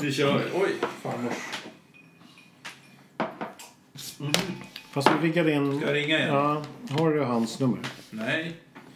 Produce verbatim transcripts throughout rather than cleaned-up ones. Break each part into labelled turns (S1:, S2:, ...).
S1: Vi kör. Oj, farmors.
S2: Mm. Fast du riggar in...
S1: Ska jag ringa igen?
S2: Ja, har du hans nummer?
S1: Nej.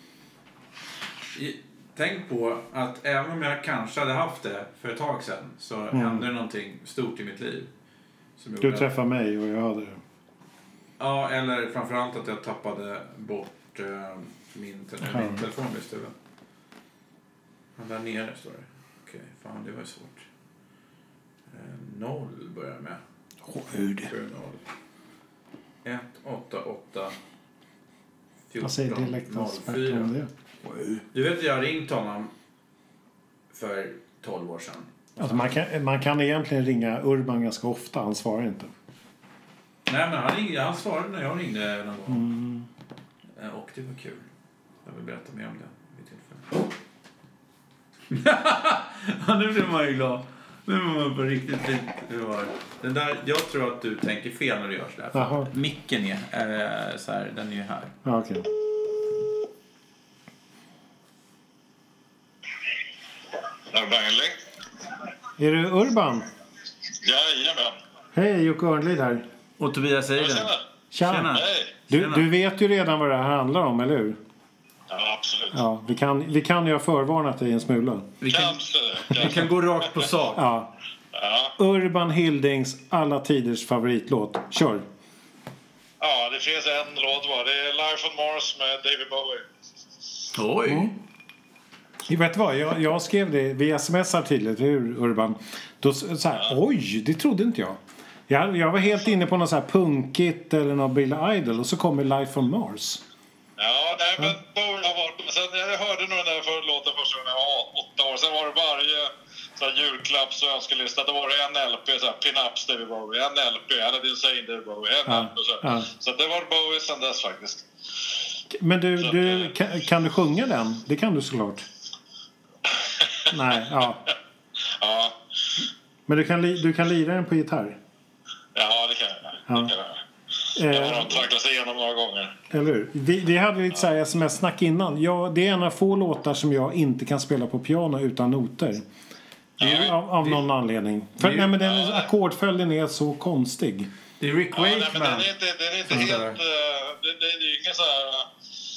S1: I, tänk på att även om jag kanske hade haft det för ett tag sedan så mm. hände det någonting stort i mitt liv. Som
S2: du träffade att... mig och jag hade det.
S1: Ja, eller framförallt att jag tappade bort uh, min, te- min telefon istället. Han där nere står det. Okej, fan det var svårt. Uh, noll börjar med.
S2: Hur det?
S1: ett, åtta, åtta,
S2: fjorton, noll fyra.
S1: Du vet att jag har ringt honom för tolv år sedan.
S2: Alltså man, kan, man kan egentligen ringa Urban ganska ofta. Han svarar inte.
S1: Nej, men han, ringde, han svarade när jag ringde någon gång.
S2: Mm.
S1: Och det var kul. Jag vill berätta mer om det vid tillfälle. Ja, nu blir man ju glad. Nu är man på riktigt fint. Den där, jag tror att du tänker fel när du gör sådär.
S2: Jaha.
S1: Micken är, är så här, den är ju här.
S2: Ja, okej. Okay. Är du Urban?
S3: Jajamän.
S2: Hej, Jocke Örnlid här.
S1: Och Tobias Eiden.
S3: Tjena.
S2: Tjena.
S3: Hej.
S2: Du, du vet ju redan vad det här handlar om, eller hur?
S3: Ja, absolut.
S2: Ja, vi kan, vi kan ju ha förvarnat dig en smula.
S1: Vi kan,
S3: Kanske det.
S1: vi kan gå rakt på sak.
S2: Ja.
S3: Ja.
S2: Urban Hildings alla tiders favoritlåt. Kör.
S3: Ja, det finns en låt var. Det är Life on Mars med David Bowie.
S1: Oj.
S2: Mm. Jag vet vad, jag, jag skrev det via smsar tidigt, hur Urban? Då så här, ja. Oj, det trodde inte jag. jag. Jag var helt inne på något så här punkigt eller något Billy Idol och så kommer Life on Mars.
S3: Ja, nej men Bowie har varit... Sen jag hörde nog den där för låten första gången jag var åtta år. Sen var det varje så här, julklapps och önskelista. Då var det en L P, så här, Pin-Ups David Bowie. En L P, eller din säg David Bowie. En
S2: ja.
S3: L P, så.
S2: Ja.
S3: Så det var Bowie sen dess faktiskt.
S2: Men du,
S3: så,
S2: du
S3: äh...
S2: kan, kan du sjunga den? Det kan du såklart. Nej, ja.
S3: Ja.
S2: Men du kan, li, du kan lira den på gitarr?
S3: Ja, det kan jag.
S2: Ja.
S3: Det kan jag. Jag har nog tragglat sig igenom några gånger.
S2: Eller hur? Vi, vi hade lite så här sms-snack innan. Ja, det är en av få låtar som jag inte kan spela på piano utan noter.
S3: Ja,
S2: av av någon
S1: det,
S2: anledning. För,
S1: det,
S2: nej, men den
S3: ja.
S2: ackordföljden är så konstig.
S1: Det är Rick
S3: Ja, nej,
S1: Wakeman.
S3: men den är inte, den är inte helt... Uh, det, det, det är ingen så här...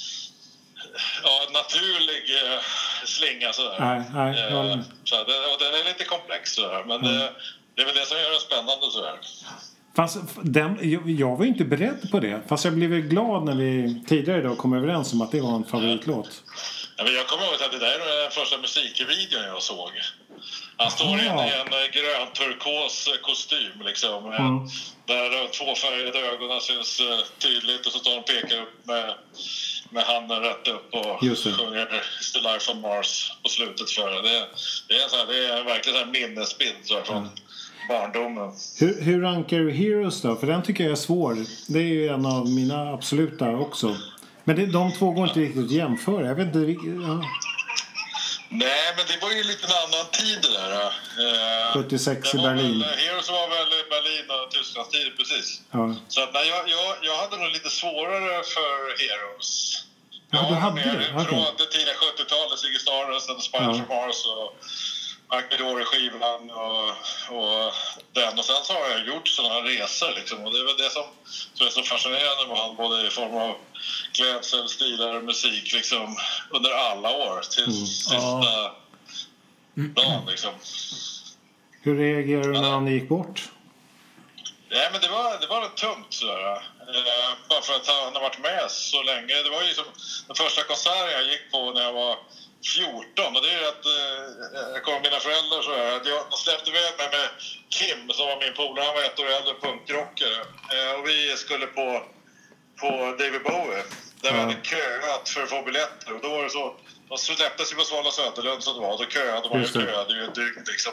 S3: Ja, naturlig uh, slinga sådär.
S2: Nej, nej.
S3: Uh,
S2: Ja.
S3: så här, den, och den är lite komplex sådär. Men mm. det, det är väl det som gör den spännande sådär.
S2: Fast den, jag, jag var inte beredd på det. Fast jag blev glad när vi tidigare idag kom överens om att det var en favoritlåt.
S3: Ja, men jag kommer ihåg att det där är den första musikvideon jag såg. Han står
S2: ja.
S3: inne i en grön turkos kostym liksom. Mm. Där de två färgade ögonen syns tydligt och så står han och pekar upp med, med handen rätt upp och sjunger The Life on Mars på slutet för det. Det, det är, så här, det är verkligen en minnesbild så här, från mm. barndomen.
S2: Hur, hur rankar du Heroes då? För den tycker jag är svår. Det är ju en av mina absoluta också. Men det, de två går inte riktigt att jämföra. Jag vet inte... Ja.
S3: Nej, men det var ju lite en annan tid det där. Eh,
S2: sjuttiosex
S3: i
S2: Berlin.
S3: Väl, Heroes var väl i Berlin och Tysklands tid, precis.
S2: Ja.
S3: Så att, nej, jag, jag, jag hade nog lite svårare för Heroes.
S2: Ja, du hade det?
S3: Okay. Från
S2: Okay.
S3: det tidiga sjuttiotalet, Ziggy Stardust, and Spider from Mars och Acadore-skivan och, och den. Och sen så har jag gjort sådana resor liksom. Och det är väl det som, som är så fascinerande med han, både i form av klädsel, stilar och musik liksom, under alla år till mm. sista ja. dagen liksom.
S2: Hur reagerar du när han gick bort?
S3: Nej, men det var, det var rätt tungt sådär. Eh, bara för att han har varit med så länge. Det var ju som den första konserten jag gick på när jag var fjorton. Och det är att eh, jag kom med mina föräldrar så här. Att jag släppte iväg mig med Kim som var min polare. Han var ett år äldre punkrockare. Eh, och vi skulle på, på David Bowie. Där vi hade köat för att få biljetter. Och då var det så. De släpptes ju på Svala Söderlund som det var. Då köade man ju köade ju ett dygn liksom.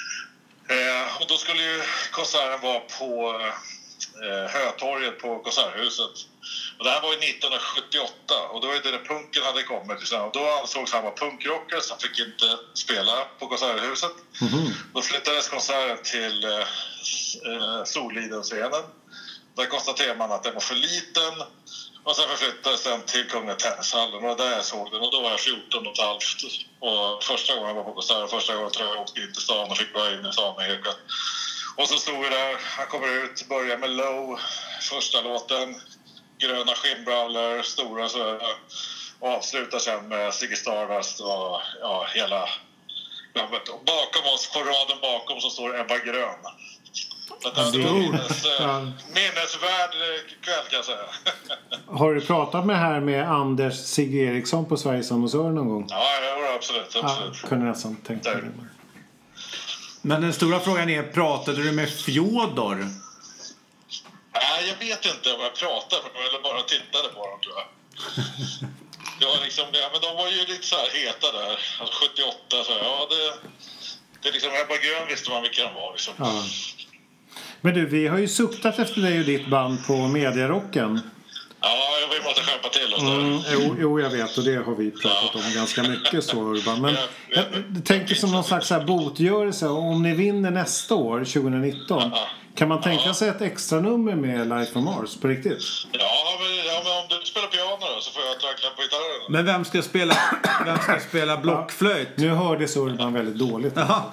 S3: Eh, och då skulle ju konserten vara på eh, Hötorget på Konserthuset. Och det här var ju nittonhundrasjuttioåtta och då var det när punken hade kommit. Och då ansågs han vara punkrockare så han fick inte spela på Konserthuset. Mm-hmm. Då flyttades konserten till eh, Soliden-scenen. Där konstaterade man att den var för liten. Och sen förflyttades den till Kungliga Tennishallen och där jag såg den och då var jag fjorton och ett halvt. Och första gången jag var på konsert, första gången tror jag åkte in till stan och fick gå in i Amerika. Och så stod vi där, han kommer ut, börjar med Low, första låten, gröna skinnbrallor, stora så och avslutar sen med Ziggy Stardust och ja, hela och bakom oss, på raden bakom så står Ebba Grön. Så det var en minnes, ja. minnesvärd kväll kan jag säga.
S2: Har du pratat med här med Anders Sigge Eriksson på Sveriges Annonsör någon gång?
S3: Ja, ja absolut. absolut.
S2: Ja, kunde nästan tänka det.
S4: Men den stora frågan är, pratade du med Fjodor?
S3: Nej, jag vet inte om jag pratade med dem eller bara tittade på dem tror jag. Det var liksom, ja, men de var ju lite så här heta där, alltså sjuttioåtta så ja det, det är liksom Ebba Grön visste man vilka de var liksom.
S2: Ja. Men du, vi har ju suktat efter dig och ditt band på Mediarocken.
S3: Ja, vi måste skärpa till oss där.
S2: Mm, jo, jo, jag vet och det har vi pratat ja. om ganska mycket så Urban. Men jag, jag tänker som någon slags så här botgörelse, om ni vinner nästa år, tjugonitton, ja. kan man tänka ja. sig ett extra nummer med Live from Mars på riktigt?
S3: Ja men, ja, men om du spelar piano då, så får jag trackla på gitarren.
S4: Men vem ska spela, vem ska spela blockflöjt?
S2: Ja. Nu hördes Urban väldigt dåligt.
S4: Ja.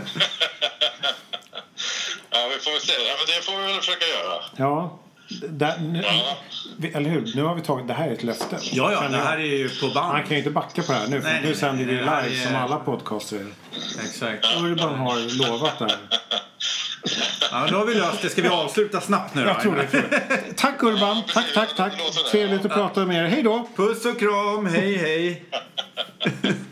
S3: Ja, vi får väl se. Ja, men det får vi väl försöka göra.
S2: Ja. Där, nu,
S3: ja.
S2: vi, eller hur? Nu har vi tagit, det här är ett löfte.
S4: Ja, ja, det här är ju på band.
S2: Han kan ju inte backa på det här nu, för nej, nu nej, sänder vi live är... som alla podcaster är.
S4: Exakt.
S2: Urban har lovat det här.
S4: Ja, men då har vi löst det. Ska vi avsluta snabbt nu då?
S2: Jag tror det. Tack Urban, tack, tack, tack. Trevligt att prata med er. Hej då!
S4: Puss och kram, hej, hej!